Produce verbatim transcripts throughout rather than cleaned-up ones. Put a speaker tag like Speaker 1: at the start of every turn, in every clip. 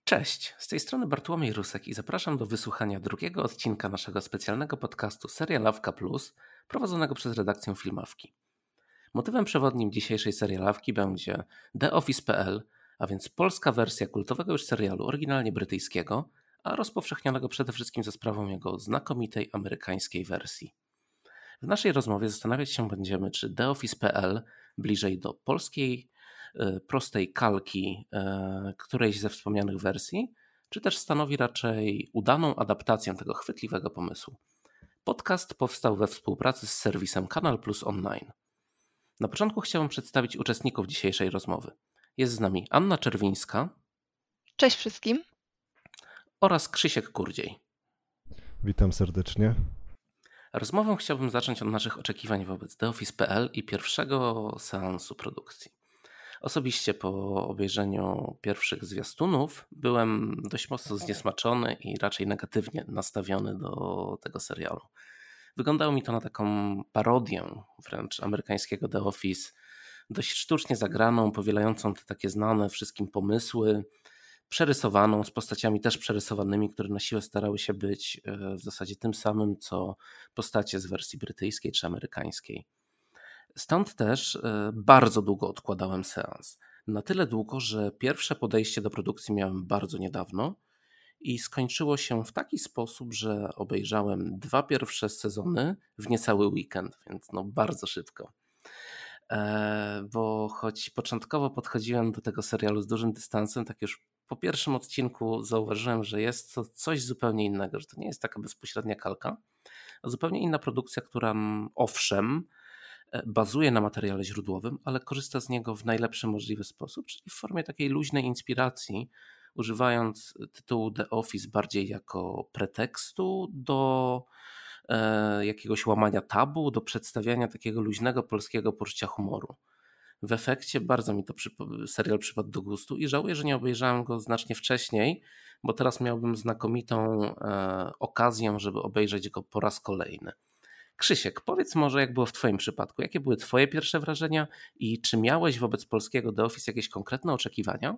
Speaker 1: Cześć, z tej strony Bartłomiej Rusek i zapraszam do wysłuchania drugiego odcinka naszego specjalnego podcastu Serialawka Plus, prowadzonego przez redakcję Filmawki. Motywem przewodnim dzisiejszej serialawki będzie The Office kropka p l, a więc polska wersja kultowego już serialu oryginalnie brytyjskiego, a rozpowszechnionego przede wszystkim za sprawą jego znakomitej amerykańskiej wersji. W naszej rozmowie zastanawiać się będziemy, czy The Office kropka p l bliżej do polskiej prostej kalki którejś ze wspomnianych wersji, czy też stanowi raczej udaną adaptację tego chwytliwego pomysłu. Podcast powstał we współpracy z serwisem Kanal Plus Online. Na początku chciałbym przedstawić uczestników dzisiejszej rozmowy. Jest z nami Anna Czerwińska.
Speaker 2: Cześć wszystkim.
Speaker 1: Oraz Krzysiek Kurdziej.
Speaker 3: Witam serdecznie.
Speaker 1: Rozmowę chciałbym zacząć od naszych oczekiwań wobec The Office kropka p l i pierwszego seansu produkcji. Osobiście po obejrzeniu pierwszych zwiastunów byłem dość mocno zniesmaczony i raczej negatywnie nastawiony do tego serialu. Wyglądało mi to na taką parodię wręcz amerykańskiego The Office, dość sztucznie zagraną, powielającą te takie znane wszystkim pomysły, przerysowaną, z postaciami też przerysowanymi, które na siłę starały się być w zasadzie tym samym, co postacie z wersji brytyjskiej czy amerykańskiej. Stąd też bardzo długo odkładałem seans. Na tyle długo, że pierwsze podejście do produkcji miałem bardzo niedawno i skończyło się w taki sposób, że obejrzałem dwa pierwsze sezony w niecały weekend, więc no bardzo szybko. Bo choć początkowo podchodziłem do tego serialu z dużym dystansem, tak już po pierwszym odcinku zauważyłem, że jest to coś zupełnie innego, że to nie jest taka bezpośrednia kalka, a zupełnie inna produkcja, która owszem bazuje na materiale źródłowym, ale korzysta z niego w najlepszy możliwy sposób, czyli w formie takiej luźnej inspiracji, używając tytułu The Office bardziej jako pretekstu do e, jakiegoś łamania tabu, do przedstawiania takiego luźnego polskiego poczucia humoru. W efekcie bardzo mi to przypo- serial przypadł do gustu i żałuję, że nie obejrzałem go znacznie wcześniej, bo teraz miałbym znakomitą e, okazję, żeby obejrzeć go po raz kolejny. Krzysiek, powiedz może, jak było w twoim przypadku. Jakie były twoje pierwsze wrażenia i czy miałeś wobec polskiego The Office jakieś konkretne oczekiwania?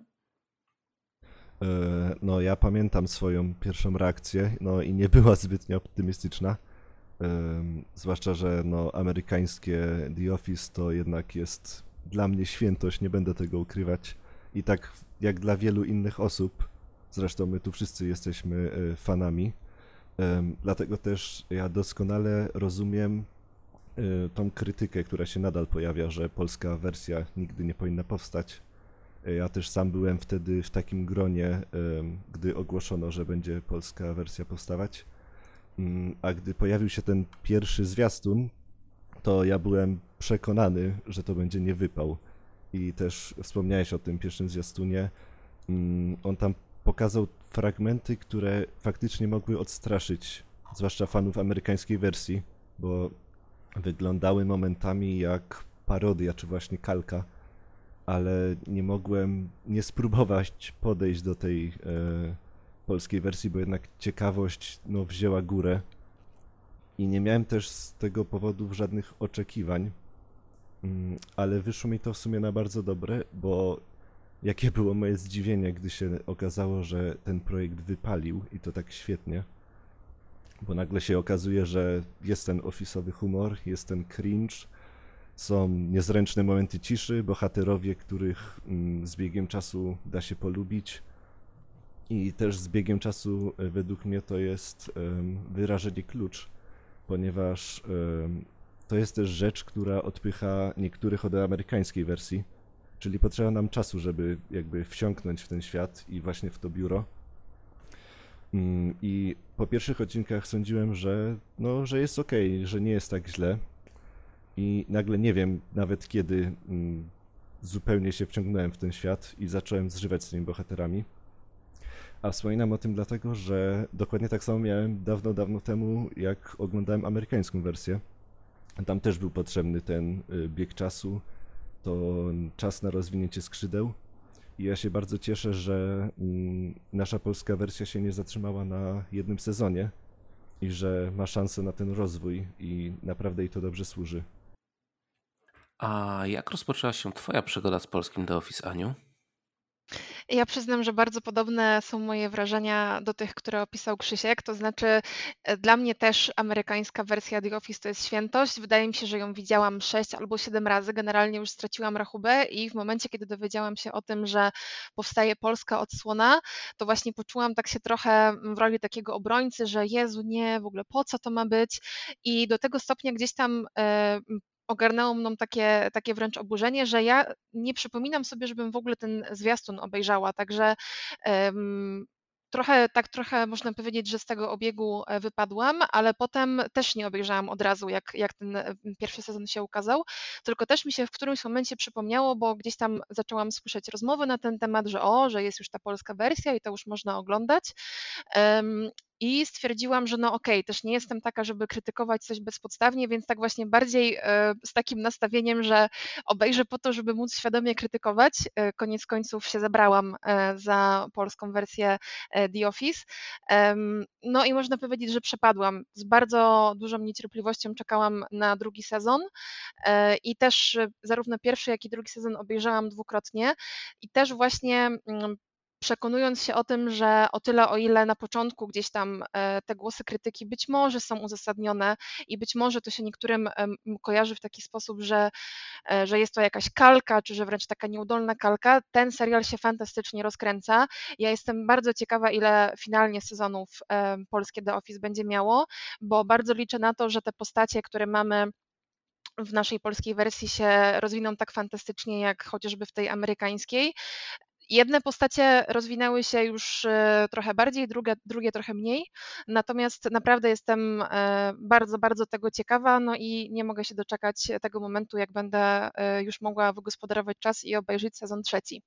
Speaker 3: No ja pamiętam swoją pierwszą reakcję, no i nie była zbytnio optymistyczna. Zwłaszcza, że no amerykańskie The Office to jednak jest dla mnie świętość, nie będę tego ukrywać. I tak jak dla wielu innych osób, zresztą my tu wszyscy jesteśmy fanami, dlatego też ja doskonale rozumiem tą krytykę, która się nadal pojawia, że polska wersja nigdy nie powinna powstać. Ja też sam byłem wtedy w takim gronie, gdy ogłoszono, że będzie polska wersja powstawać. A gdy pojawił się ten pierwszy zwiastun, to ja byłem przekonany, że to będzie niewypał. I też wspomniałeś o tym pierwszym zwiastunie. On tam pokazał fragmenty, które faktycznie mogły odstraszyć, zwłaszcza fanów amerykańskiej wersji, bo wyglądały momentami jak parodia, czy właśnie kalka, ale nie mogłem nie spróbować podejść do tej e, polskiej wersji, bo jednak ciekawość no, wzięła górę i nie miałem też z tego powodu żadnych oczekiwań, mm, ale wyszło mi to w sumie na bardzo dobre, bo jakie było moje zdziwienie, gdy się okazało, że ten projekt wypalił i to tak świetnie, bo nagle się okazuje, że jest ten ofisowy humor, jest ten cringe, są niezręczne momenty ciszy, bohaterowie, których z biegiem czasu da się polubić i też z biegiem czasu według mnie to jest wyrażenie klucz, ponieważ to jest też rzecz, która odpycha niektórych od amerykańskiej wersji, czyli potrzeba nam czasu, żeby jakby wsiąknąć w ten świat i właśnie w to biuro. I po pierwszych odcinkach sądziłem, że, no, że jest okej, że nie jest tak źle. I nagle nie wiem nawet kiedy mm, zupełnie się wciągnąłem w ten świat i zacząłem zżywać z tymi bohaterami. A wspominam o tym dlatego, że dokładnie tak samo miałem dawno, dawno temu, jak oglądałem amerykańską wersję. Tam też był potrzebny ten y, bieg czasu, to czas na rozwinięcie skrzydeł. I ja się bardzo cieszę, że mm, nasza polska wersja się nie zatrzymała na jednym sezonie i że ma szansę na ten rozwój i naprawdę jej to dobrze służy.
Speaker 1: A jak rozpoczęła się twoja przygoda z polskim The Office, Aniu?
Speaker 2: Ja przyznam, że bardzo podobne są moje wrażenia do tych, które opisał Krzysiek. To znaczy, e, dla mnie też amerykańska wersja The Office to jest świętość. Wydaje mi się, że ją widziałam sześć albo siedem razy. Generalnie już straciłam rachubę i w momencie, kiedy dowiedziałam się o tym, że powstaje polska odsłona, to właśnie poczułam tak się trochę w roli takiego obrońcy, że Jezu, nie, w ogóle po co to ma być? I do tego stopnia gdzieś tam e, ogarnęło mną takie, takie wręcz oburzenie, że ja nie przypominam sobie, żebym w ogóle ten zwiastun obejrzała, także em, trochę, tak trochę można powiedzieć, że z tego obiegu e, wypadłam, ale potem też nie obejrzałam od razu, jak, jak ten e, pierwszy sezon się ukazał, tylko też mi się w którymś momencie przypomniało, bo gdzieś tam zaczęłam słyszeć rozmowy na ten temat, że o, że jest już ta polska wersja i to już można oglądać. Em, I stwierdziłam, że no okej, też nie jestem taka, żeby krytykować coś bezpodstawnie, więc tak właśnie bardziej e, z takim nastawieniem, że obejrzę po to, żeby móc świadomie krytykować. E, Koniec końców się zabrałam e, za polską wersję e, The Office. Em, No i można powiedzieć, że przepadłam. Z bardzo dużą niecierpliwością czekałam na drugi sezon e, i też e, zarówno pierwszy, jak i drugi sezon obejrzałam dwukrotnie i też właśnie mm, przekonując się o tym, że o tyle, o ile na początku gdzieś tam e, te głosy krytyki być może są uzasadnione i być może to się niektórym em, kojarzy w taki sposób, że, e, że jest to jakaś kalka, czy że wręcz taka nieudolna kalka, ten serial się fantastycznie rozkręca. Ja jestem bardzo ciekawa, ile finalnie sezonów e, polskie The Office będzie miało, bo bardzo liczę na to, że te postacie, które mamy w naszej polskiej wersji się rozwiną tak fantastycznie, jak chociażby w tej amerykańskiej. Jedne postacie rozwinęły się już e, trochę bardziej, drugie, drugie trochę mniej, natomiast naprawdę jestem e, bardzo, bardzo tego ciekawa, no i nie mogę się doczekać tego momentu, jak będę e, już mogła wygospodarować czas i obejrzeć sezon trzeci.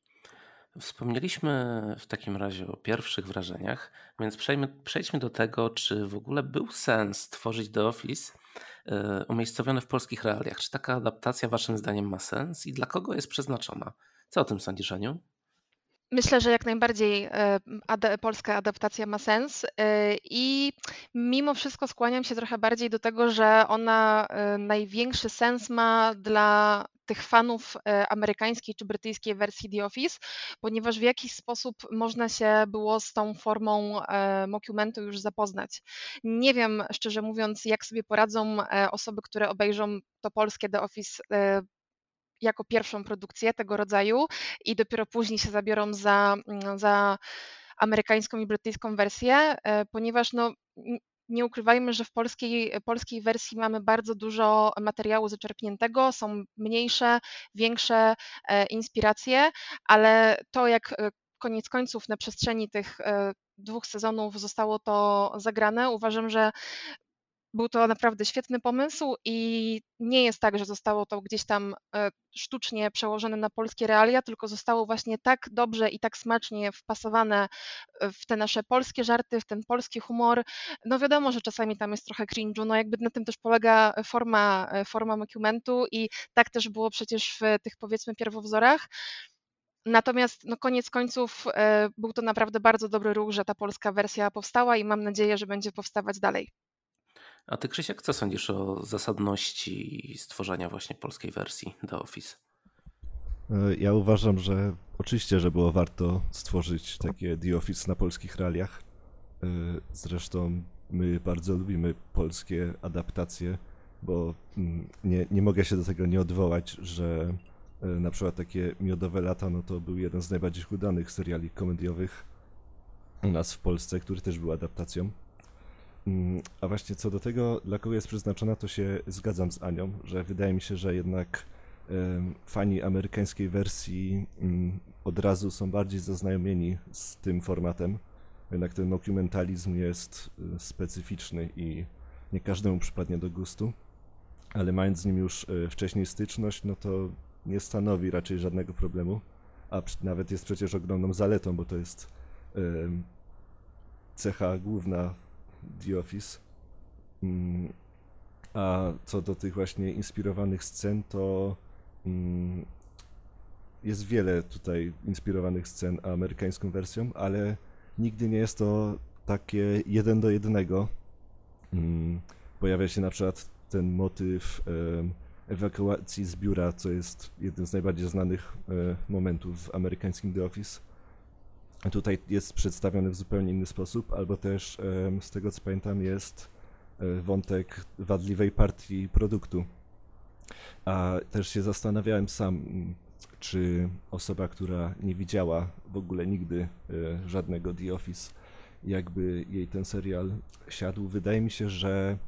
Speaker 1: Wspomnieliśmy w takim razie o pierwszych wrażeniach, więc przejdźmy, przejdźmy do tego, czy w ogóle był sens tworzyć The Office e, umiejscowione w polskich realiach. Czy taka adaptacja waszym zdaniem ma sens i dla kogo jest przeznaczona? Co o tym sądzisz, Aniu?
Speaker 2: Myślę, że jak najbardziej e, ada- polska adaptacja ma sens e, i mimo wszystko skłaniam się trochę bardziej do tego, że ona e, największy sens ma dla tych fanów e, amerykańskiej czy brytyjskiej wersji The Office, ponieważ w jakiś sposób można się było z tą formą e, mockumentu już zapoznać. Nie wiem, szczerze mówiąc, jak sobie poradzą e, osoby, które obejrzą to polskie The Office e, jako pierwszą produkcję tego rodzaju i dopiero później się zabiorą za, mm, za amerykańską i brytyjską wersję, e, ponieważ no, n- nie ukrywajmy, że w polskiej, polskiej wersji mamy bardzo dużo materiału zaczerpniętego, są mniejsze, większe e, inspiracje, ale to jak e, koniec końców na przestrzeni tych e, dwóch sezonów zostało to zagrane, uważam, że był to naprawdę świetny pomysł i nie jest tak, że zostało to gdzieś tam e, sztucznie przełożone na polskie realia, tylko zostało właśnie tak dobrze i tak smacznie wpasowane e, w te nasze polskie żarty, w ten polski humor. No wiadomo, że czasami tam jest trochę cringe'u, no jakby na tym też polega forma, e, forma mockumentu i tak też było przecież w tych powiedzmy pierwowzorach. Natomiast no koniec końców e, był to naprawdę bardzo dobry ruch, że ta polska wersja powstała i mam nadzieję, że będzie powstawać dalej.
Speaker 1: A ty, Krzysiek, co sądzisz o zasadności stworzenia właśnie polskiej wersji The Office?
Speaker 3: E, Ja uważam, że oczywiście, że było warto stworzyć takie The Office na polskich realiach. E, Zresztą my bardzo lubimy polskie adaptacje, bo mm, nie, nie mogę się do tego nie odwołać, że e, na przykład takie Miodowe Lata, no to był jeden z najbardziej udanych seriali komediowych u nas w Polsce, który też był adaptacją. Mm, A właśnie co do tego, dla kogo jest przeznaczona, to się zgadzam z Anią, że wydaje mi się, że jednak em, fani amerykańskiej wersji mm, od razu są bardziej zaznajomieni z tym formatem. Jednak ten dokumentalizm jest y, specyficzny i nie każdemu przypadnie do gustu, ale mając z nim już y, wcześniej styczność, no to nie stanowi raczej żadnego problemu, a przy- nawet jest przecież ogromną zaletą, bo to jest em, cecha główna The Office. Mm, A co do tych właśnie inspirowanych scen, to mm, jest wiele tutaj inspirowanych scen amerykańską wersją, ale nigdy nie jest to takie jeden do jednego. Mm, Pojawia się na przykład ten motyw em, ewakuacji z biura, co jest jednym z najbardziej znanych momentów w amerykańskim The Office. Tutaj jest przedstawiony w zupełnie inny sposób, albo też z tego co pamiętam jest wątek wadliwej partii produktu. A też się zastanawiałem sam, czy osoba, która nie widziała w ogóle nigdy żadnego The Office, jakby jej ten serial siadł. Wydaje mi się, że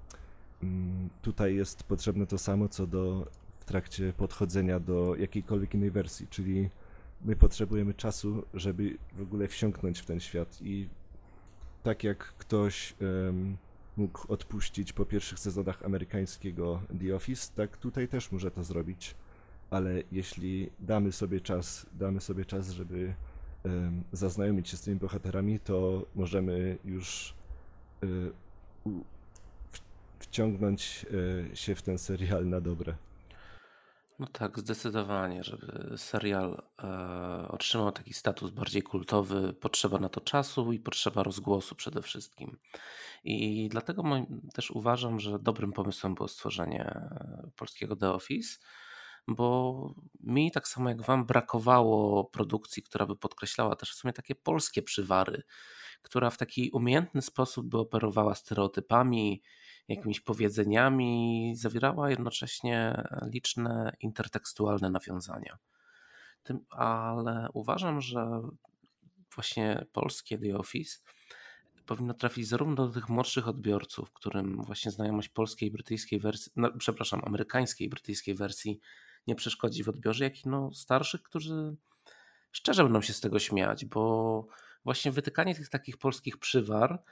Speaker 3: tutaj jest potrzebne to samo, co do, w trakcie podchodzenia do jakiejkolwiek innej wersji, czyli my potrzebujemy czasu, żeby w ogóle wsiąknąć w ten świat i tak jak ktoś um, mógł odpuścić po pierwszych sezonach amerykańskiego The Office, tak tutaj też może to zrobić, ale jeśli damy sobie czas, damy sobie czas, żeby um, zaznajomić się z tymi bohaterami, to możemy już um, u, w, wciągnąć um, się w ten serial na dobre.
Speaker 1: No tak, zdecydowanie, żeby serial e, otrzymał taki status bardziej kultowy, potrzeba na to czasu i potrzeba rozgłosu przede wszystkim. I dlatego moim, też uważam, że dobrym pomysłem było stworzenie polskiego The Office, bo mi tak samo jak wam brakowało produkcji, która by podkreślała też w sumie takie polskie przywary, która w taki umiejętny sposób by operowała stereotypami, jakimiś powiedzeniami, zawierała jednocześnie liczne intertekstualne nawiązania. Tym, ale uważam, że właśnie polskie The Office powinno trafić zarówno do tych młodszych odbiorców, którym właśnie znajomość polskiej i brytyjskiej wersji, no, przepraszam, amerykańskiej i brytyjskiej wersji nie przeszkodzi w odbiorze, jak i no starszych, którzy szczerze będą się z tego śmiać, bo właśnie wytykanie tych takich polskich przywar,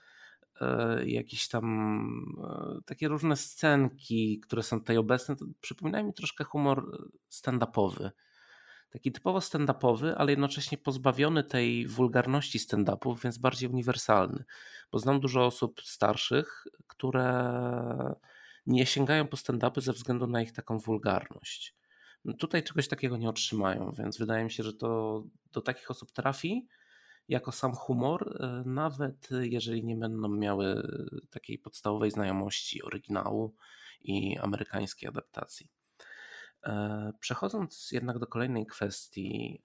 Speaker 1: jakieś tam takie różne scenki, które są tutaj obecne, to przypominają mi troszkę humor stand-upowy. Taki typowo stand-upowy, ale jednocześnie pozbawiony tej wulgarności stand-upów, więc bardziej uniwersalny. Bo znam dużo osób starszych, które nie sięgają po stand-upy ze względu na ich taką wulgarność. Tutaj czegoś takiego nie otrzymają, więc wydaje mi się, że to do takich osób trafi jako sam humor, nawet jeżeli nie będą miały takiej podstawowej znajomości oryginału i amerykańskiej adaptacji. Przechodząc jednak do kolejnej kwestii,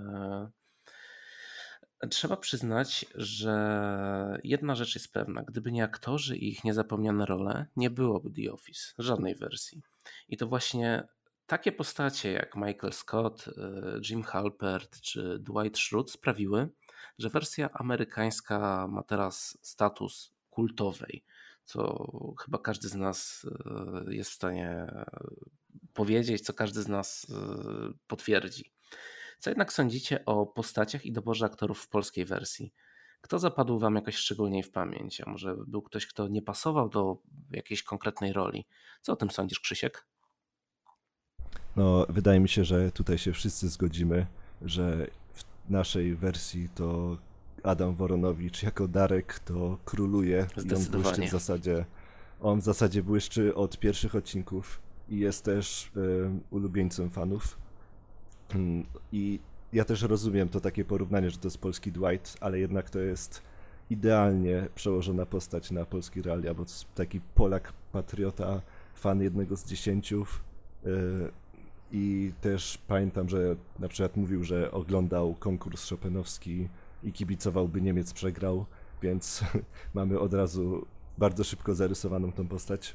Speaker 1: trzeba przyznać, że jedna rzecz jest pewna. Gdyby nie aktorzy i ich niezapomniane role, nie byłoby The Office, żadnej wersji. I to właśnie takie postacie jak Michael Scott, Jim Halpert czy Dwight Schrute sprawiły, że wersja amerykańska ma teraz status kultowej, co chyba każdy z nas jest w stanie powiedzieć, co każdy z nas potwierdzi. Co jednak sądzicie o postaciach i doborze aktorów w polskiej wersji? Kto zapadł wam jakoś szczególnie w pamięć? A może był ktoś, kto nie pasował do jakiejś konkretnej roli? Co o tym sądzisz, Krzysiek?
Speaker 3: No, wydaje mi się, że tutaj się wszyscy zgodzimy, że w naszej wersji to Adam Woronowicz jako Darek to króluje i on błyszczy w zasadzie, on w zasadzie błyszczy od pierwszych odcinków i jest też y, ulubieńcem fanów. I ja też rozumiem to takie porównanie, że to jest polski Dwight, ale jednak to jest idealnie przełożona postać na polski realia, bo to jest taki Polak, patriota, fan jednego z dziesięciu. Y, I też pamiętam, że na przykład mówił, że oglądał konkurs chopinowski i kibicował, by Niemiec przegrał, więc mamy od razu bardzo szybko zarysowaną tą postać.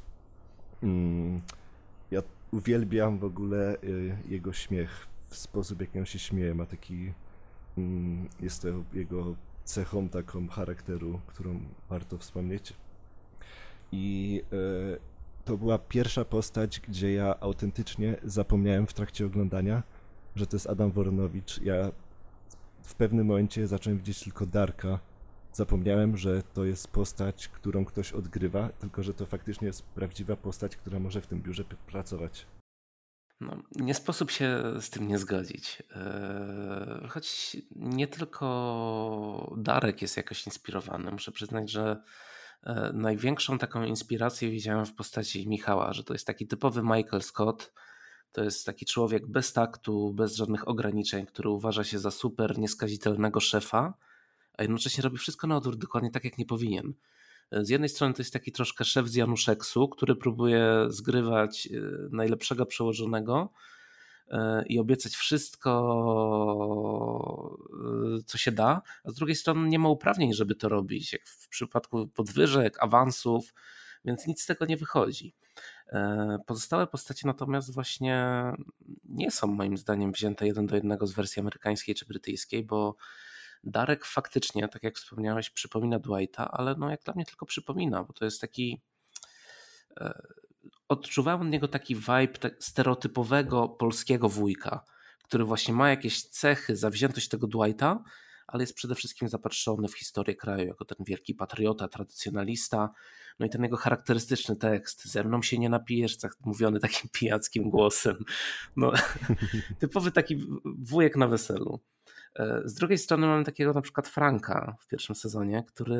Speaker 3: Ja uwielbiam w ogóle jego śmiech, w sposób jaki on się śmieje, ma taki, jest to jego cechą taką charakteru, którą warto wspomnieć. I to była pierwsza postać, gdzie ja autentycznie zapomniałem w trakcie oglądania, że to jest Adam Woronowicz. Ja w pewnym momencie zacząłem widzieć tylko Darka. Zapomniałem, że to jest postać, którą ktoś odgrywa, tylko że to faktycznie jest prawdziwa postać, która może w tym biurze pracować.
Speaker 1: No, nie sposób się z tym nie zgodzić. Choć nie tylko Darek jest jakoś inspirowany. Muszę przyznać, że największą taką inspirację widziałem w postaci Michała, że to jest taki typowy Michael Scott. To jest taki człowiek bez taktu, bez żadnych ograniczeń, który uważa się za super nieskazitelnego szefa, a jednocześnie robi wszystko na odwrót, dokładnie tak jak nie powinien. Z jednej strony to jest taki troszkę szef z Januszeksu, który próbuje zgrywać najlepszego przełożonego i obiecać wszystko, co się da, a z drugiej strony nie ma uprawnień, żeby to robić, jak w przypadku podwyżek, awansów, więc nic z tego nie wychodzi. Pozostałe postacie natomiast właśnie nie są moim zdaniem wzięte jeden do jednego z wersji amerykańskiej czy brytyjskiej, bo Darek faktycznie, tak jak wspomniałeś, przypomina Dwighta, ale no jak dla mnie tylko przypomina, bo to jest taki... Odczuwałem od niego taki vibe tak stereotypowego polskiego wujka, który właśnie ma jakieś cechy, zawziętość tego Dwighta, ale jest przede wszystkim zapatrzony w historię kraju jako ten wielki patriota, tradycjonalista. No i ten jego charakterystyczny tekst, ze mną się nie napijesz, tak mówiony takim pijackim głosem. No, typowy taki wujek na weselu. Z drugiej strony mamy takiego na przykład Franka w pierwszym sezonie, który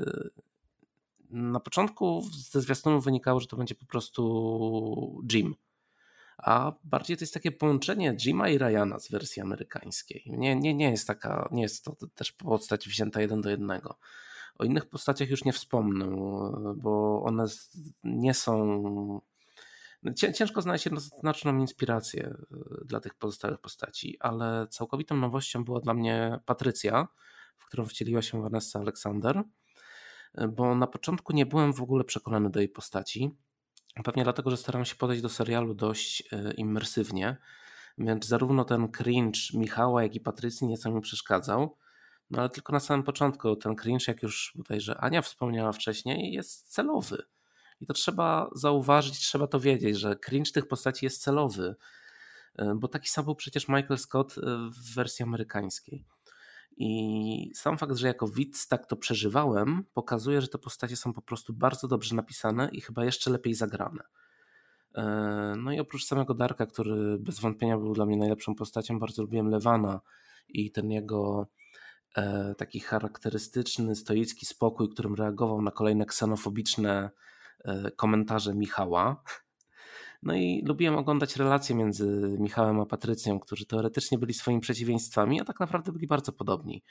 Speaker 1: na początku ze zwiastunu wynikało, że to będzie po prostu Jim. A bardziej to jest takie połączenie Jima i Ryana z wersji amerykańskiej. Nie, nie, nie jest taka, nie jest to też postać wzięta jeden do jednego. O innych postaciach już nie wspomnę, bo one nie są... Ciężko znaleźć jednoznaczną inspirację dla tych pozostałych postaci, ale całkowitą nowością była dla mnie Patrycja, w którą wcieliła się Vanessa Alexander, bo na początku nie byłem w ogóle przekonany do jej postaci. Pewnie dlatego, że staram się podejść do serialu dość immersywnie, więc zarówno ten cringe Michała, jak i Patrycji nieco mi przeszkadzał, no ale tylko na samym początku. Ten cringe, jak już bodajże Ania wspomniała wcześniej, jest celowy. I to trzeba zauważyć, trzeba to wiedzieć, że cringe tych postaci jest celowy, bo taki sam był przecież Michael Scott w wersji amerykańskiej. I sam fakt, że jako widz tak to przeżywałem, pokazuje, że te postacie są po prostu bardzo dobrze napisane i chyba jeszcze lepiej zagrane. No i oprócz samego Darka, który bez wątpienia był dla mnie najlepszą postacią, bardzo lubiłem Lewana i ten jego taki charakterystyczny, stoicki spokój, którym reagował na kolejne ksenofobiczne komentarze Michała. No i lubiłem oglądać relacje między Michałem a Patrycją, którzy teoretycznie byli swoimi przeciwieństwami, a tak naprawdę byli bardzo podobni,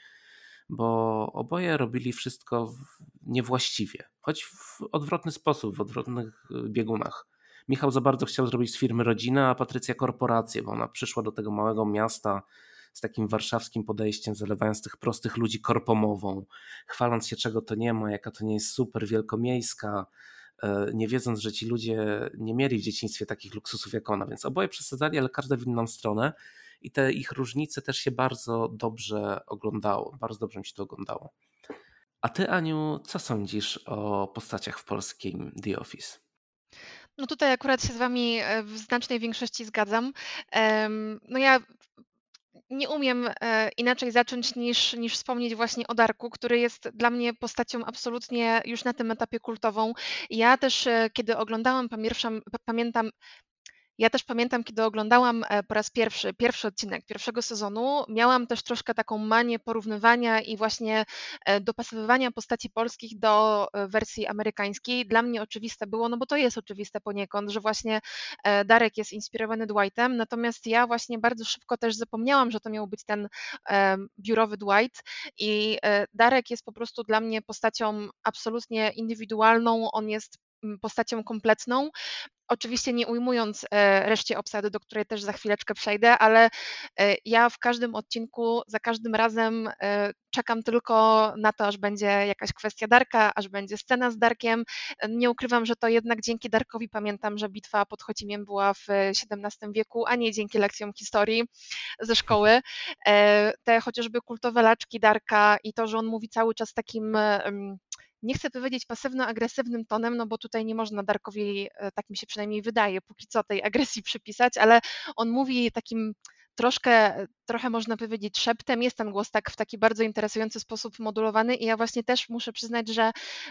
Speaker 1: bo oboje robili wszystko niewłaściwie, choć w odwrotny sposób, w odwrotnych biegunach. Michał za bardzo chciał zrobić z firmy rodzinę, a Patrycja korporację, bo ona przyszła do tego małego miasta z takim warszawskim podejściem, zalewając tych prostych ludzi korpomową, chwaląc się, czego to nie ma, jaka to nie jest super wielkomiejska, nie wiedząc, że ci ludzie nie mieli w dzieciństwie takich luksusów jak ona, więc oboje przesadzali, ale każda w inną stronę i te ich różnice też się bardzo dobrze oglądało, bardzo dobrze mi się to oglądało. A ty, Aniu, co sądzisz o postaciach w polskim The Office?
Speaker 2: No tutaj akurat się z wami w znacznej większości zgadzam. No ja nie umiem inaczej zacząć niż, niż wspomnieć właśnie o Darku, który jest dla mnie postacią absolutnie już na tym etapie kultową. Ja też, kiedy oglądałam, pamiętam, Ja też pamiętam, kiedy oglądałam po raz pierwszy, pierwszy odcinek pierwszego sezonu, miałam też troszkę taką manię porównywania i właśnie dopasowywania postaci polskich do wersji amerykańskiej. Dla mnie oczywiste było, no bo to jest oczywiste poniekąd, że właśnie Darek jest inspirowany Dwightem, natomiast ja właśnie bardzo szybko też zapomniałam, że to miał być ten biurowy Dwight i Darek jest po prostu dla mnie postacią absolutnie indywidualną, on jest postacią kompletną. Oczywiście nie ujmując reszcie obsady, do której też za chwileczkę przejdę, ale ja w każdym odcinku, za każdym razem czekam tylko na to, aż będzie jakaś kwestia Darka, aż będzie scena z Darkiem. Nie ukrywam, że to jednak dzięki Darkowi pamiętam, że bitwa pod Chocimiem była w siedemnastym wieku, a nie dzięki lekcjom historii ze szkoły. Te chociażby kultowe laczki Darka i to, że on mówi cały czas takim... nie chcę powiedzieć pasywno-agresywnym tonem, no bo tutaj nie można Darkowi, tak mi się przynajmniej wydaje, póki co tej agresji przypisać, ale on mówi takim troszkę, trochę można powiedzieć szeptem, jest ten głos tak w taki bardzo interesujący sposób modulowany i ja właśnie też muszę przyznać, że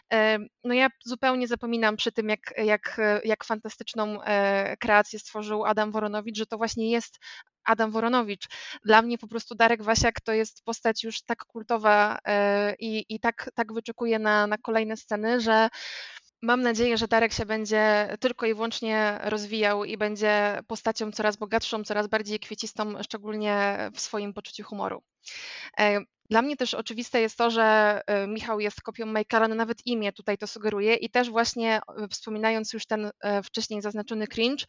Speaker 2: no ja zupełnie zapominam przy tym, jak, jak, jak fantastyczną kreację stworzył Adam Woronowicz, że to właśnie jest Adam Woronowicz. Dla mnie po prostu Darek Wasiak to jest postać już tak kultowa i, i tak, tak wyczekuje na, na kolejne sceny, że Mam nadzieję, że Darek się będzie tylko i wyłącznie rozwijał i będzie postacią coraz bogatszą, coraz bardziej kwiecistą, szczególnie w swoim poczuciu humoru. Dla mnie też oczywiste jest to, że Michał jest kopią Michaela, no nawet imię tutaj to sugeruje i też właśnie wspominając już ten wcześniej zaznaczony cringe,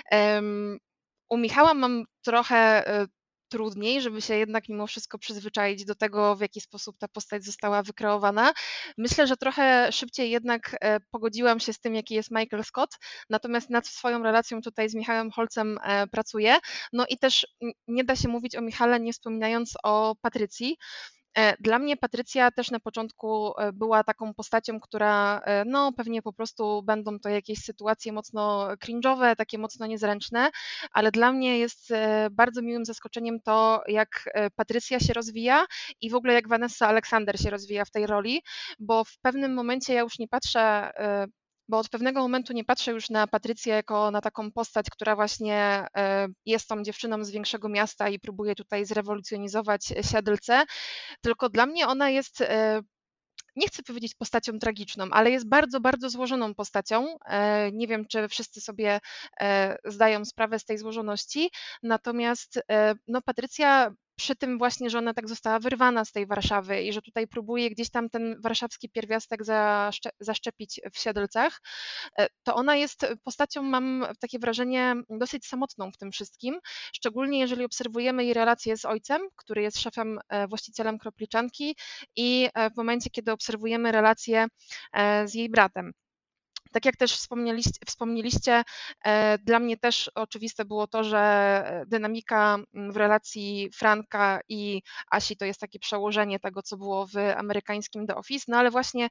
Speaker 2: u Michała mam trochę trudniej, żeby się jednak mimo wszystko przyzwyczaić do tego, w jaki sposób ta postać została wykreowana. Myślę, że trochę szybciej jednak pogodziłam się z tym, jaki jest Michael Scott, natomiast nad swoją relacją tutaj z Michałem Holcem pracuję. No i też nie da się mówić o Michale, nie wspominając o Patrycji. Dla mnie Patrycja też na początku była taką postacią, która no pewnie po prostu będą to jakieś sytuacje mocno cringe'owe, takie mocno niezręczne, ale dla mnie jest bardzo miłym zaskoczeniem to, jak Patrycja się rozwija i w ogóle jak Vanessa Alexander się rozwija w tej roli, bo w pewnym momencie ja już nie patrzę bo od pewnego momentu nie patrzę już na Patrycję jako na taką postać, która właśnie jest tą dziewczyną z większego miasta i próbuje tutaj zrewolucjonizować Siedlce, tylko dla mnie ona jest, nie chcę powiedzieć postacią tragiczną, ale jest bardzo, bardzo złożoną postacią. Nie wiem, czy wszyscy sobie zdają sprawę z tej złożoności, natomiast no, Patrycja przy tym właśnie, że ona tak została wyrwana z tej Warszawy i że tutaj próbuje gdzieś tam ten warszawski pierwiastek zaszcze- zaszczepić w Siedlcach, to ona jest postacią, mam takie wrażenie, dosyć samotną w tym wszystkim, szczególnie jeżeli obserwujemy jej relacje z ojcem, który jest szefem, właścicielem kropliczanki i w momencie, kiedy obserwujemy relacje z jej bratem. Tak jak też wspomnieliście, wspomnieliście, dla mnie też oczywiste było to, że dynamika w relacji Franka i Asi to jest takie przełożenie tego, co było w amerykańskim The Office, no ale właśnie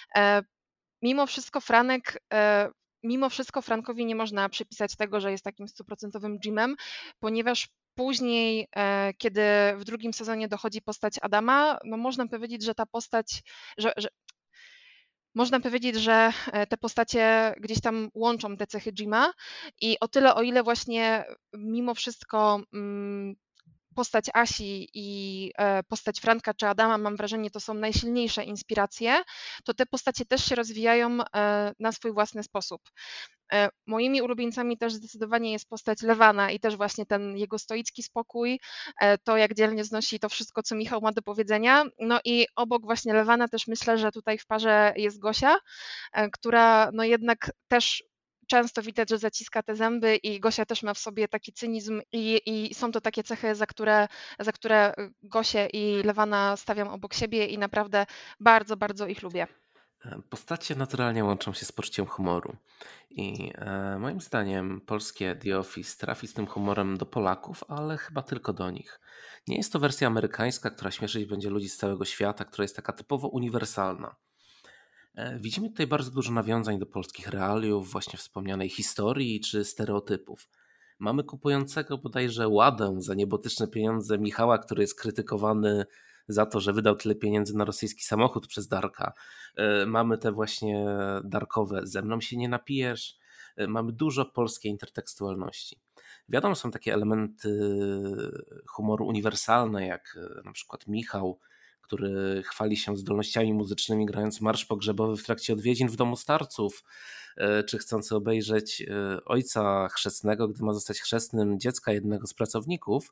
Speaker 2: mimo wszystko Franek, mimo wszystko Frankowi nie można przypisać tego, że jest takim stuprocentowym Jimem, ponieważ później, kiedy w drugim sezonie dochodzi postać Adama, no można powiedzieć, że ta postać, że, że Można powiedzieć, że te postacie gdzieś tam łączą te cechy Jima i o tyle, o ile właśnie mimo wszystko postać Asi i postać Franka czy Adama, mam wrażenie, to są najsilniejsze inspiracje, to te postacie też się rozwijają na swój własny sposób. Moimi ulubieńcami też zdecydowanie jest postać Lewana i też właśnie ten jego stoicki spokój, to jak dzielnie znosi to wszystko, co Michał ma do powiedzenia. No i obok właśnie Lewana też myślę, że tutaj w parze jest Gosia, która no jednak też często widać, że zaciska te zęby i Gosia też ma w sobie taki cynizm i, i są to takie cechy, za które, za które Gosię i Lewana stawiam obok siebie i naprawdę bardzo, bardzo ich lubię.
Speaker 1: Postacie naturalnie łączą się z poczuciem humoru i e, moim zdaniem polskie The Office trafi z tym humorem do Polaków, ale chyba tylko do nich. Nie jest to wersja amerykańska, która śmieszyć będzie ludzi z całego świata, która jest taka typowo uniwersalna. E, widzimy tutaj bardzo dużo nawiązań do polskich realiów, właśnie wspomnianej historii czy stereotypów. Mamy kupującego bodajże ładę za niebotyczne pieniądze Michała, który jest krytykowany za to, że wydał tyle pieniędzy na rosyjski samochód przez Darka. Mamy te właśnie darkowe ze mną się nie napijesz. Mamy dużo polskiej intertekstualności. Wiadomo, są takie elementy humoru uniwersalne, jak na przykład Michał, który chwali się zdolnościami muzycznymi grając marsz pogrzebowy w trakcie odwiedzin w domu starców, czy chcący obejrzeć ojca chrzestnego, gdy ma zostać chrzestnym dziecka jednego z pracowników,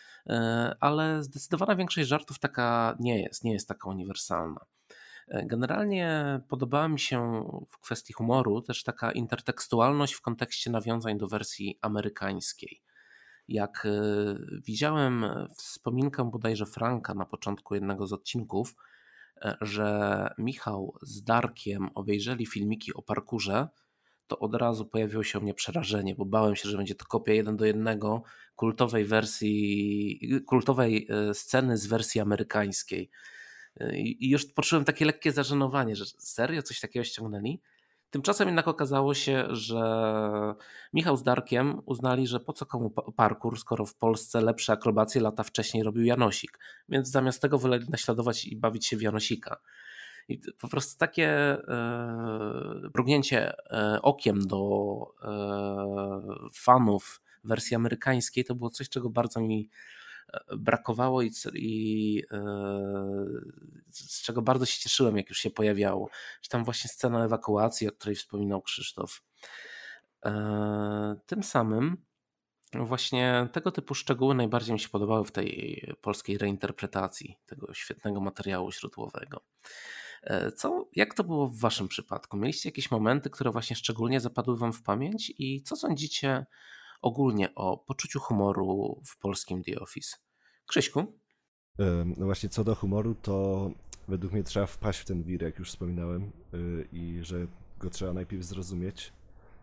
Speaker 1: ale zdecydowana większość żartów taka nie jest, nie jest taka uniwersalna. Generalnie podobała mi się w kwestii humoru też taka intertekstualność w kontekście nawiązań do wersji amerykańskiej. Jak widziałem wspominkę bodajże Franka na początku jednego z odcinków, że Michał z Darkiem obejrzeli filmiki o parkurze, to od razu pojawiło się u mnie przerażenie, bo bałem się, że będzie to kopia jeden do jednego kultowej wersji, kultowej sceny z wersji amerykańskiej. I już poczułem takie lekkie zażenowanie, że serio coś takiego ściągnęli. Tymczasem jednak okazało się, że Michał z Darkiem uznali, że po co komu parkour, skoro w Polsce lepsze akrobacje lata wcześniej robił Janosik. Więc zamiast tego woleli naśladować i bawić się w Janosika. I po prostu takie e, mrugnięcie e, okiem do e, fanów wersji amerykańskiej to było coś, czego bardzo mi brakowało i, i z czego bardzo się cieszyłem, jak już się pojawiało. Czy tam właśnie scena ewakuacji, o której wspominał Krzysztof. Tym samym właśnie tego typu szczegóły najbardziej mi się podobały w tej polskiej reinterpretacji tego świetnego materiału źródłowego. Co, jak to było w waszym przypadku? Mieliście jakieś momenty, które właśnie szczególnie zapadły wam w pamięć i co sądzicie ogólnie o poczuciu humoru w polskim The Office? Krzyśku?
Speaker 3: No właśnie, co do humoru, to według mnie trzeba wpaść w ten wir, jak już wspominałem, i że go trzeba najpierw zrozumieć.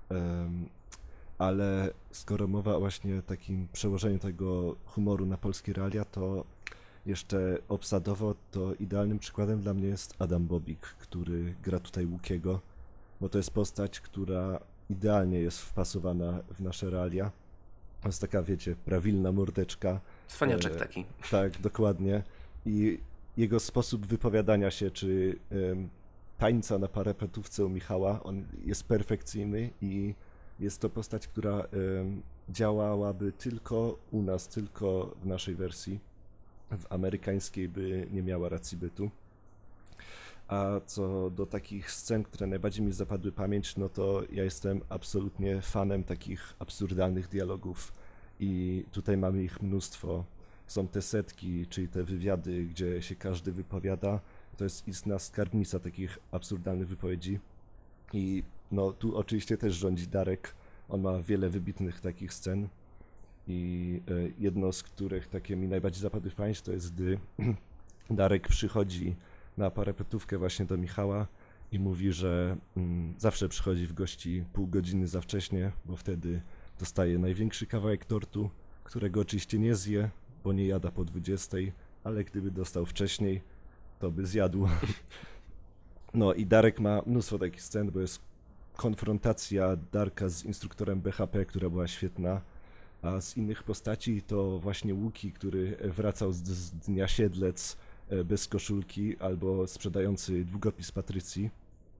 Speaker 3: Ale skoro mowa właśnie o takim przełożeniu tego humoru na polskie realia, to jeszcze obsadowo to idealnym przykładem dla mnie jest Adam Bobik, który gra tutaj Łukiego, bo to jest postać, która idealnie jest wpasowana w nasze realia. To jest taka, wiecie, prawilna mordeczka.
Speaker 1: Cwaniaczek
Speaker 3: e,
Speaker 1: taki.
Speaker 3: Tak, dokładnie. I jego sposób wypowiadania się, czy um, tańca na parapetówce u Michała, on jest perfekcyjny i jest to postać, która um, działałaby tylko u nas, tylko w naszej wersji. W amerykańskiej by nie miała racji bytu. A co do takich scen, które najbardziej mi zapadły w pamięć, no to ja jestem absolutnie fanem takich absurdalnych dialogów i tutaj mamy ich mnóstwo. Są te setki, czyli te wywiady, gdzie się każdy wypowiada. To jest istna skarbnica takich absurdalnych wypowiedzi. I no tu oczywiście też rządzi Darek. On ma wiele wybitnych takich scen. I jedno z których takie mi najbardziej zapadły w pamięć, to jest gdy Darek przychodzi na parapetówkę właśnie do Michała i mówi, że mm, zawsze przychodzi w gości pół godziny za wcześnie, bo wtedy dostaje największy kawałek tortu, którego oczywiście nie zje, bo nie jada po dwudziestej, ale gdyby dostał wcześniej, to by zjadł. No i Darek ma mnóstwo takich scen, bo jest konfrontacja Darka z instruktorem B H P, która była świetna, a z innych postaci to właśnie Łuki, który wracał z, z Dnia Siedlec bez koszulki, albo sprzedający długopis Patrycji.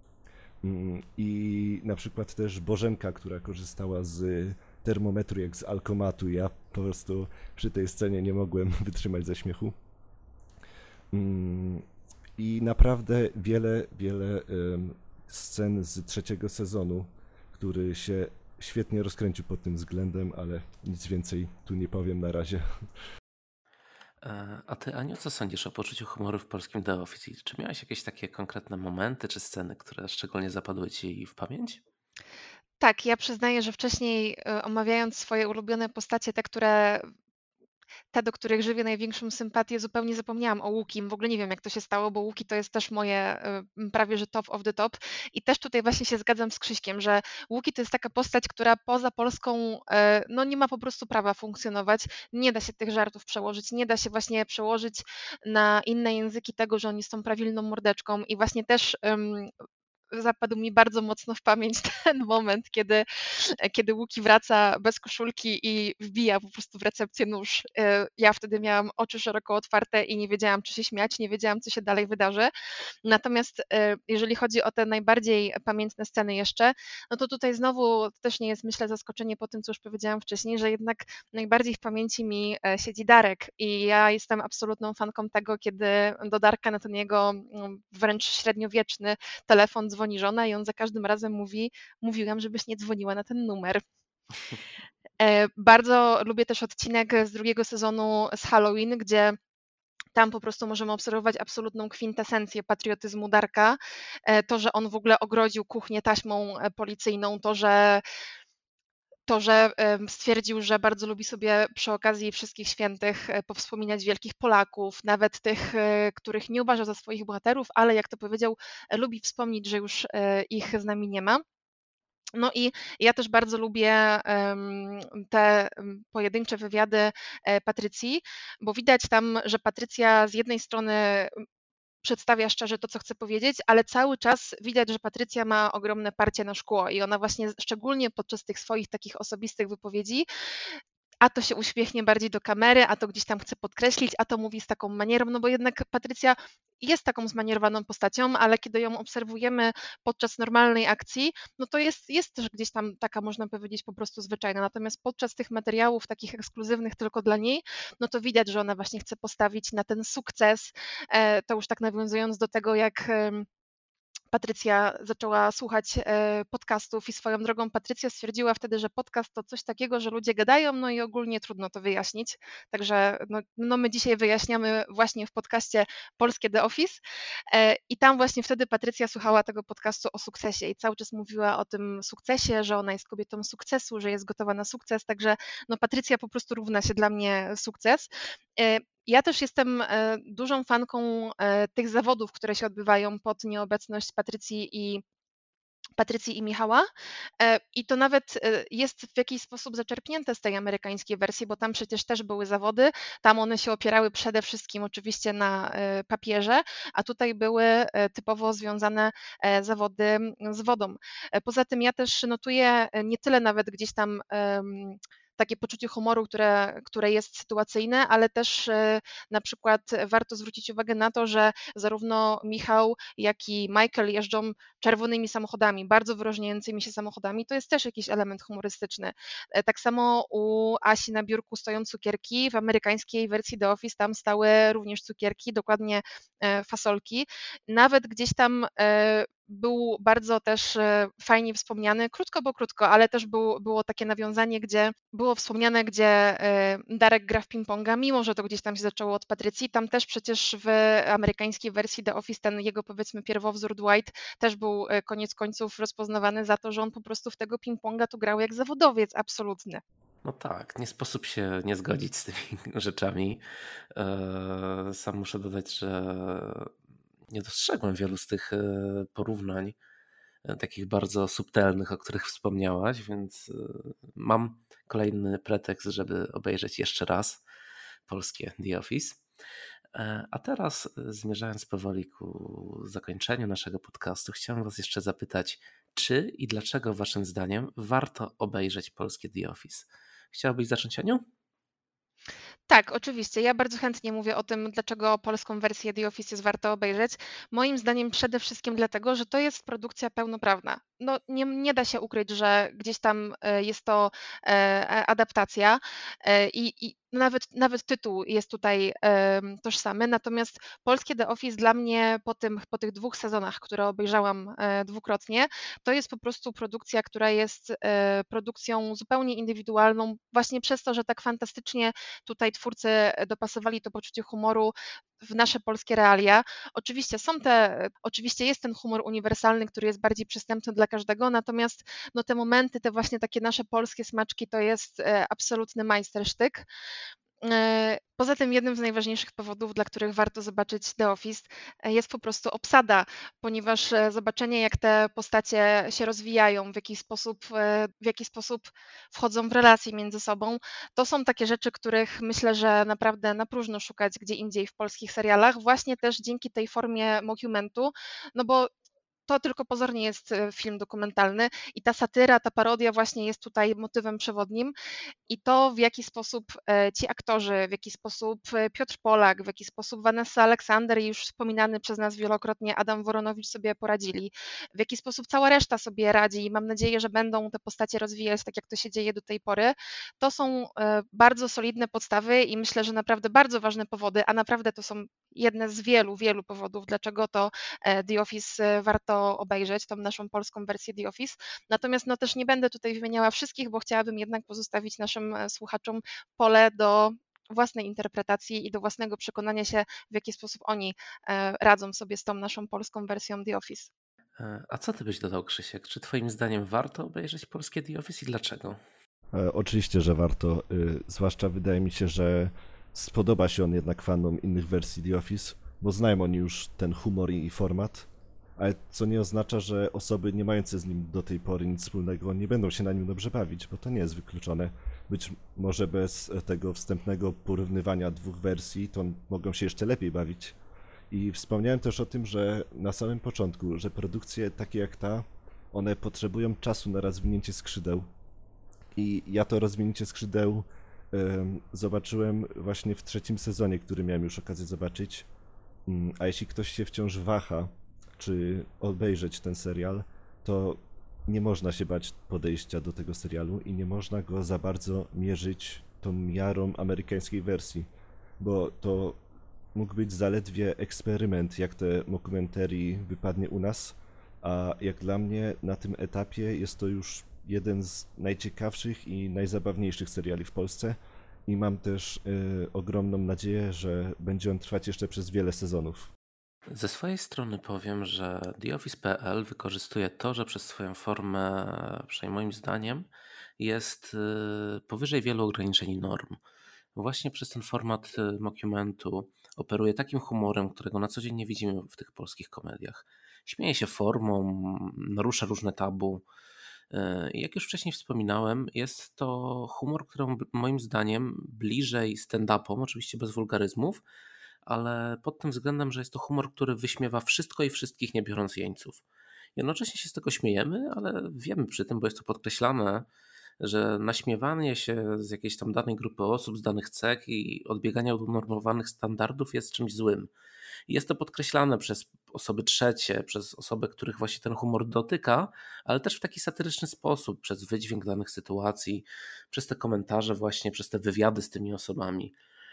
Speaker 3: I na przykład też Bożenka, która korzystała z termometru jak z alkomatu. Ja po prostu przy tej scenie nie mogłem wytrzymać ze śmiechu. I naprawdę wiele, wiele scen z trzeciego sezonu, który się świetnie rozkręcił pod tym względem, ale nic więcej tu nie powiem na razie.
Speaker 1: A ty, Aniu, co sądzisz o poczuciu humoru w polskim The Office? Czy miałeś jakieś takie konkretne momenty czy sceny, które szczególnie zapadły ci w pamięć?
Speaker 2: Tak, ja przyznaję, że wcześniej y, omawiając swoje ulubione postacie, te, które te, do których żywię największą sympatię, zupełnie zapomniałam o Łukim. W ogóle nie wiem, jak to się stało, bo Łuki to jest też moje y, prawie że top of the top. I też tutaj właśnie się zgadzam z Krzyśkiem, że Łuki to jest taka postać, która poza Polską y, no nie ma po prostu prawa funkcjonować. Nie da się tych żartów przełożyć, nie da się właśnie przełożyć na inne języki tego, że on jest tą prawilną mordeczką. I właśnie też ym, zapadł mi bardzo mocno w pamięć ten moment, kiedy, kiedy Łuki wraca bez koszulki i wbija po prostu w recepcję nóż. Ja wtedy miałam oczy szeroko otwarte i nie wiedziałam, czy się śmiać, nie wiedziałam, co się dalej wydarzy. Natomiast jeżeli chodzi o te najbardziej pamiętne sceny jeszcze, no to tutaj znowu to też nie jest, myślę, zaskoczenie po tym, co już powiedziałam wcześniej, że jednak najbardziej w pamięci mi siedzi Darek i ja jestem absolutną fanką tego, kiedy do Darka na ten jego wręcz średniowieczny telefon dzwoni żona i on za każdym razem mówi, mówiłam, żebyś nie dzwoniła na ten numer. Bardzo lubię też odcinek z drugiego sezonu z Halloween, gdzie tam po prostu możemy obserwować absolutną kwintesencję patriotyzmu Darka. To, że on w ogóle ogrodził kuchnię taśmą policyjną, to, że to, że stwierdził, że bardzo lubi sobie przy okazji wszystkich świętych powspominać wielkich Polaków, nawet tych, których nie uważa za swoich bohaterów, ale jak to powiedział, lubi wspomnieć, że już ich z nami nie ma. No i ja też bardzo lubię te pojedyncze wywiady Patrycji, bo widać tam, że Patrycja z jednej strony przedstawia szczerze to, co chce powiedzieć, ale cały czas widać, że Patrycja ma ogromne parcie na szkło i ona właśnie szczególnie podczas tych swoich takich osobistych wypowiedzi a to się uśmiechnie bardziej do kamery, a to gdzieś tam chce podkreślić, a to mówi z taką manierą, no bo jednak Patrycja jest taką zmanierowaną postacią, ale kiedy ją obserwujemy podczas normalnej akcji, no to jest, jest też gdzieś tam taka, można powiedzieć, po prostu zwyczajna. Natomiast podczas tych materiałów takich ekskluzywnych tylko dla niej, no to widać, że ona właśnie chce postawić na ten sukces. E, To już tak nawiązując do tego, jak em, Patrycja zaczęła słuchać e, podcastów i swoją drogą Patrycja stwierdziła wtedy, że podcast to coś takiego, że ludzie gadają, no i ogólnie trudno to wyjaśnić. Także no, no my dzisiaj wyjaśniamy właśnie w podcaście Polskie The Office e, i tam właśnie wtedy Patrycja słuchała tego podcastu o sukcesie i cały czas mówiła o tym sukcesie, że ona jest kobietą sukcesu, że jest gotowa na sukces, także no Patrycja po prostu równa się dla mnie sukces. E, Ja też jestem e, dużą fanką e, tych zawodów, które się odbywają pod nieobecność Patrycji i Patrycji i Michała. E, I to nawet e, jest w jakiś sposób zaczerpnięte z tej amerykańskiej wersji, bo tam przecież też były zawody. Tam one się opierały przede wszystkim oczywiście na e, papierze, a tutaj były e, typowo związane e, zawody z wodą. E, Poza tym ja też notuję e, nie tyle nawet gdzieś tam em, takie poczucie humoru, które, które jest sytuacyjne, ale też e, na przykład warto zwrócić uwagę na to, że zarówno Michał, jak i Michael jeżdżą czerwonymi samochodami, bardzo wyróżniającymi się samochodami, to jest też jakiś element humorystyczny. E, Tak samo u Asi na biurku stoją cukierki, w amerykańskiej wersji The Office tam stały również cukierki, dokładnie e, fasolki. Nawet gdzieś tam e, był bardzo też e, fajnie wspomniany, krótko, bo krótko, ale też był, było takie nawiązanie, gdzie było wspomniane, gdzie e, Darek gra w ping-ponga, mimo że to gdzieś tam się zaczęło od Patrycji. Tam też przecież w amerykańskiej wersji The Office ten jego powiedzmy pierwowzór Dwight też był e, koniec końców rozpoznawany za to, że on po prostu w tego ping-ponga tu grał jak zawodowiec absolutny.
Speaker 1: No tak, nie sposób się nie zgodzić z tymi rzeczami. E, Sam muszę dodać, że nie dostrzegłem wielu z tych e, porównań, e, takich bardzo subtelnych, o których wspomniałaś, więc e, mam kolejny pretekst, żeby obejrzeć jeszcze raz polskie The Office. E, A teraz, e, zmierzając powoli ku zakończeniu naszego podcastu, chciałem Was jeszcze zapytać, czy i dlaczego Waszym zdaniem warto obejrzeć polskie The Office? Chciałabyś zacząć, Aniu?
Speaker 2: Tak, oczywiście. Ja bardzo chętnie mówię o tym, dlaczego polską wersję The Office jest warto obejrzeć. Moim zdaniem przede wszystkim dlatego, że to jest produkcja pełnoprawna. No, nie, nie da się ukryć, że gdzieś tam e, jest to e, e, adaptacja e, i, i nawet, nawet tytuł jest tutaj em, tożsamy, natomiast polskie The Office dla mnie po, tym, po tych dwóch sezonach, które obejrzałam e, dwukrotnie, to jest po prostu produkcja, która jest e, produkcją zupełnie indywidualną, właśnie przez to, że tak fantastycznie tutaj twórcy dopasowali to poczucie humoru w nasze polskie realia. Oczywiście są te, oczywiście jest ten humor uniwersalny, który jest bardziej przystępny dla każdego, natomiast no te momenty, te właśnie takie nasze polskie smaczki to jest e, absolutny majstersztyk. E, Poza tym jednym z najważniejszych powodów, dla których warto zobaczyć The Office, e, jest po prostu obsada, ponieważ e, zobaczenie, jak te postacie się rozwijają, w jaki sposób, e, w jaki sposób wchodzą w relacje między sobą, to są takie rzeczy, których myślę, że naprawdę na próżno szukać gdzie indziej w polskich serialach, właśnie też dzięki tej formie mockumentu, no bo to tylko pozornie jest e, film dokumentalny i ta satyra, ta parodia właśnie jest tutaj motywem przewodnim i to, w jaki sposób e, ci aktorzy, w jaki sposób e, Piotr Polak, w jaki sposób Vanessa Aleksander i już wspominany przez nas wielokrotnie Adam Woronowicz sobie poradzili, w jaki sposób cała reszta sobie radzi i mam nadzieję, że będą te postacie rozwijać tak, jak to się dzieje do tej pory, to są e, bardzo solidne podstawy i myślę, że naprawdę bardzo ważne powody, a naprawdę to są jedne z wielu, wielu powodów, dlaczego to e, The Office e, warto obejrzeć, tą naszą polską wersję The Office. Natomiast no też nie będę tutaj wymieniała wszystkich, bo chciałabym jednak pozostawić naszym e, słuchaczom pole do własnej interpretacji i do własnego przekonania się, w jaki sposób oni e, radzą sobie z tą naszą polską wersją The Office.
Speaker 1: E, A co ty byś dodał, Krzysiek? Czy twoim zdaniem warto obejrzeć polskie The Office i dlaczego?
Speaker 3: E, Oczywiście, że warto. y, Zwłaszcza wydaje mi się, że spodoba się on jednak fanom innych wersji The Office, bo znają oni już ten humor i i format, ale co nie oznacza, że osoby nie mające z nim do tej pory nic wspólnego nie będą się na nim dobrze bawić, bo to nie jest wykluczone. Być może bez e, tego wstępnego porównywania dwóch wersji to mogą się jeszcze lepiej bawić. I wspomniałem też o tym, że na samym początku, że produkcje takie jak ta, one potrzebują czasu na rozwinięcie skrzydeł. I ja to rozwinięcie skrzydeł zobaczyłem właśnie w trzecim sezonie, który miałem już okazję zobaczyć. A jeśli ktoś się wciąż waha, czy obejrzeć ten serial, to nie można się bać podejścia do tego serialu i nie można go za bardzo mierzyć tą miarą amerykańskiej wersji, bo to mógł być zaledwie eksperyment, jak te mockumentary wypadnie u nas, a jak dla mnie na tym etapie jest to już jeden z najciekawszych i najzabawniejszych seriali w Polsce i mam też y, ogromną nadzieję, że będzie on trwać jeszcze przez wiele sezonów.
Speaker 1: Ze swojej strony powiem, że The Office kropka p l wykorzystuje to, że przez swoją formę, przynajmniej moim zdaniem, jest y, powyżej wielu ograniczeń i norm. Właśnie przez ten format y, mockumentu operuje takim humorem, którego na co dzień nie widzimy w tych polskich komediach. Śmieje się formą, narusza różne tabu. Y, Jak już wcześniej wspominałem, jest to humor, który moim zdaniem bliżej stand-upom, oczywiście bez wulgaryzmów, ale pod tym względem, że jest to humor, który wyśmiewa wszystko i wszystkich, nie biorąc jeńców. Jednocześnie się z tego śmiejemy, ale wiemy przy tym, bo jest to podkreślane, że naśmiewanie się z jakiejś tam danej grupy osób, z danych cech i odbiegania od unormowanych standardów jest czymś złym. I jest to podkreślane przez osoby trzecie, przez osoby, których właśnie ten humor dotyka, ale też w taki satyryczny sposób, przez wydźwięk danych sytuacji, przez te komentarze właśnie, przez te wywiady z tymi osobami.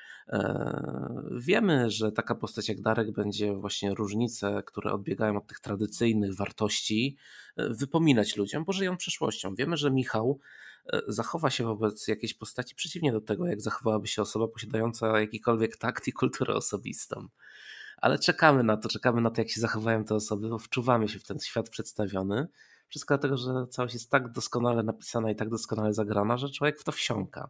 Speaker 1: Wiemy, że taka postać jak Darek będzie właśnie różnice, które odbiegają od tych tradycyjnych wartości, wypominać ludziom, bo żyją przeszłością. Wiemy, że Michał zachowa się wobec jakiejś postaci przeciwnie do tego, jak zachowałaby się osoba posiadająca jakikolwiek takt i kulturę osobistą. Ale czekamy na to, czekamy na to, jak się zachowają te osoby, bo wczuwamy się w ten świat przedstawiony. Wszystko dlatego, że całość jest tak doskonale napisana i tak doskonale zagrana, że człowiek w to wsiąka.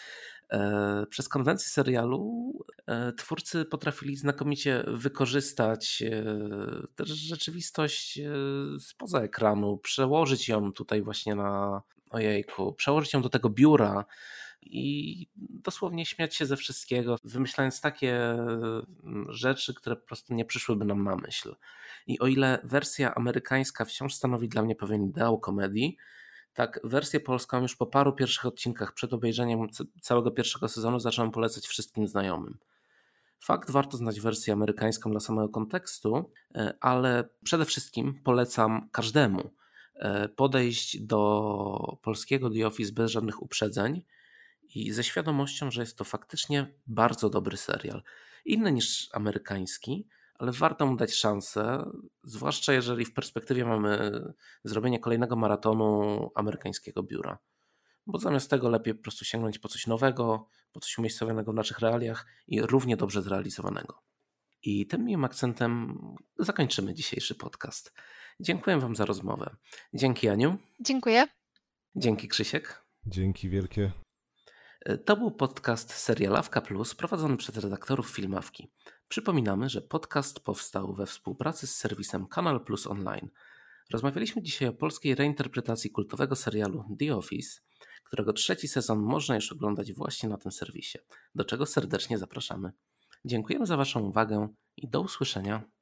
Speaker 1: Przez konwencję serialu twórcy potrafili znakomicie wykorzystać też rzeczywistość spoza ekranu, przełożyć ją tutaj właśnie na, ojejku, przełożyć ją do tego biura i dosłownie śmiać się ze wszystkiego, wymyślając takie rzeczy, które po prostu nie przyszłyby nam na myśl. I o ile wersja amerykańska wciąż stanowi dla mnie pewien ideał komedii, tak, wersję polską już po paru pierwszych odcinkach przed obejrzeniem całego pierwszego sezonu zacząłem polecać wszystkim znajomym. Fakt, warto znać wersję amerykańską dla samego kontekstu, ale przede wszystkim polecam każdemu podejść do polskiego The Office bez żadnych uprzedzeń i ze świadomością, że jest to faktycznie bardzo dobry serial. Inny niż amerykański, ale warto mu dać szansę, zwłaszcza jeżeli w perspektywie mamy zrobienie kolejnego maratonu amerykańskiego biura. Bo zamiast tego lepiej po prostu sięgnąć po coś nowego, po coś umiejscowionego w naszych realiach i równie dobrze zrealizowanego. I tym miłym akcentem zakończymy dzisiejszy podcast. Dziękuję Wam za rozmowę. Dzięki, Aniu.
Speaker 2: Dziękuję.
Speaker 1: Dzięki, Krzysiek.
Speaker 3: Dzięki wielkie.
Speaker 1: To był podcast Serialawka Plus prowadzony przez redaktorów Filmawki. Przypominamy, że podcast powstał we współpracy z serwisem Kanal Plus Online. Rozmawialiśmy dzisiaj o polskiej reinterpretacji kultowego serialu The Office, którego trzeci sezon można już oglądać właśnie na tym serwisie, do czego serdecznie zapraszamy. Dziękujemy za Waszą uwagę i do usłyszenia.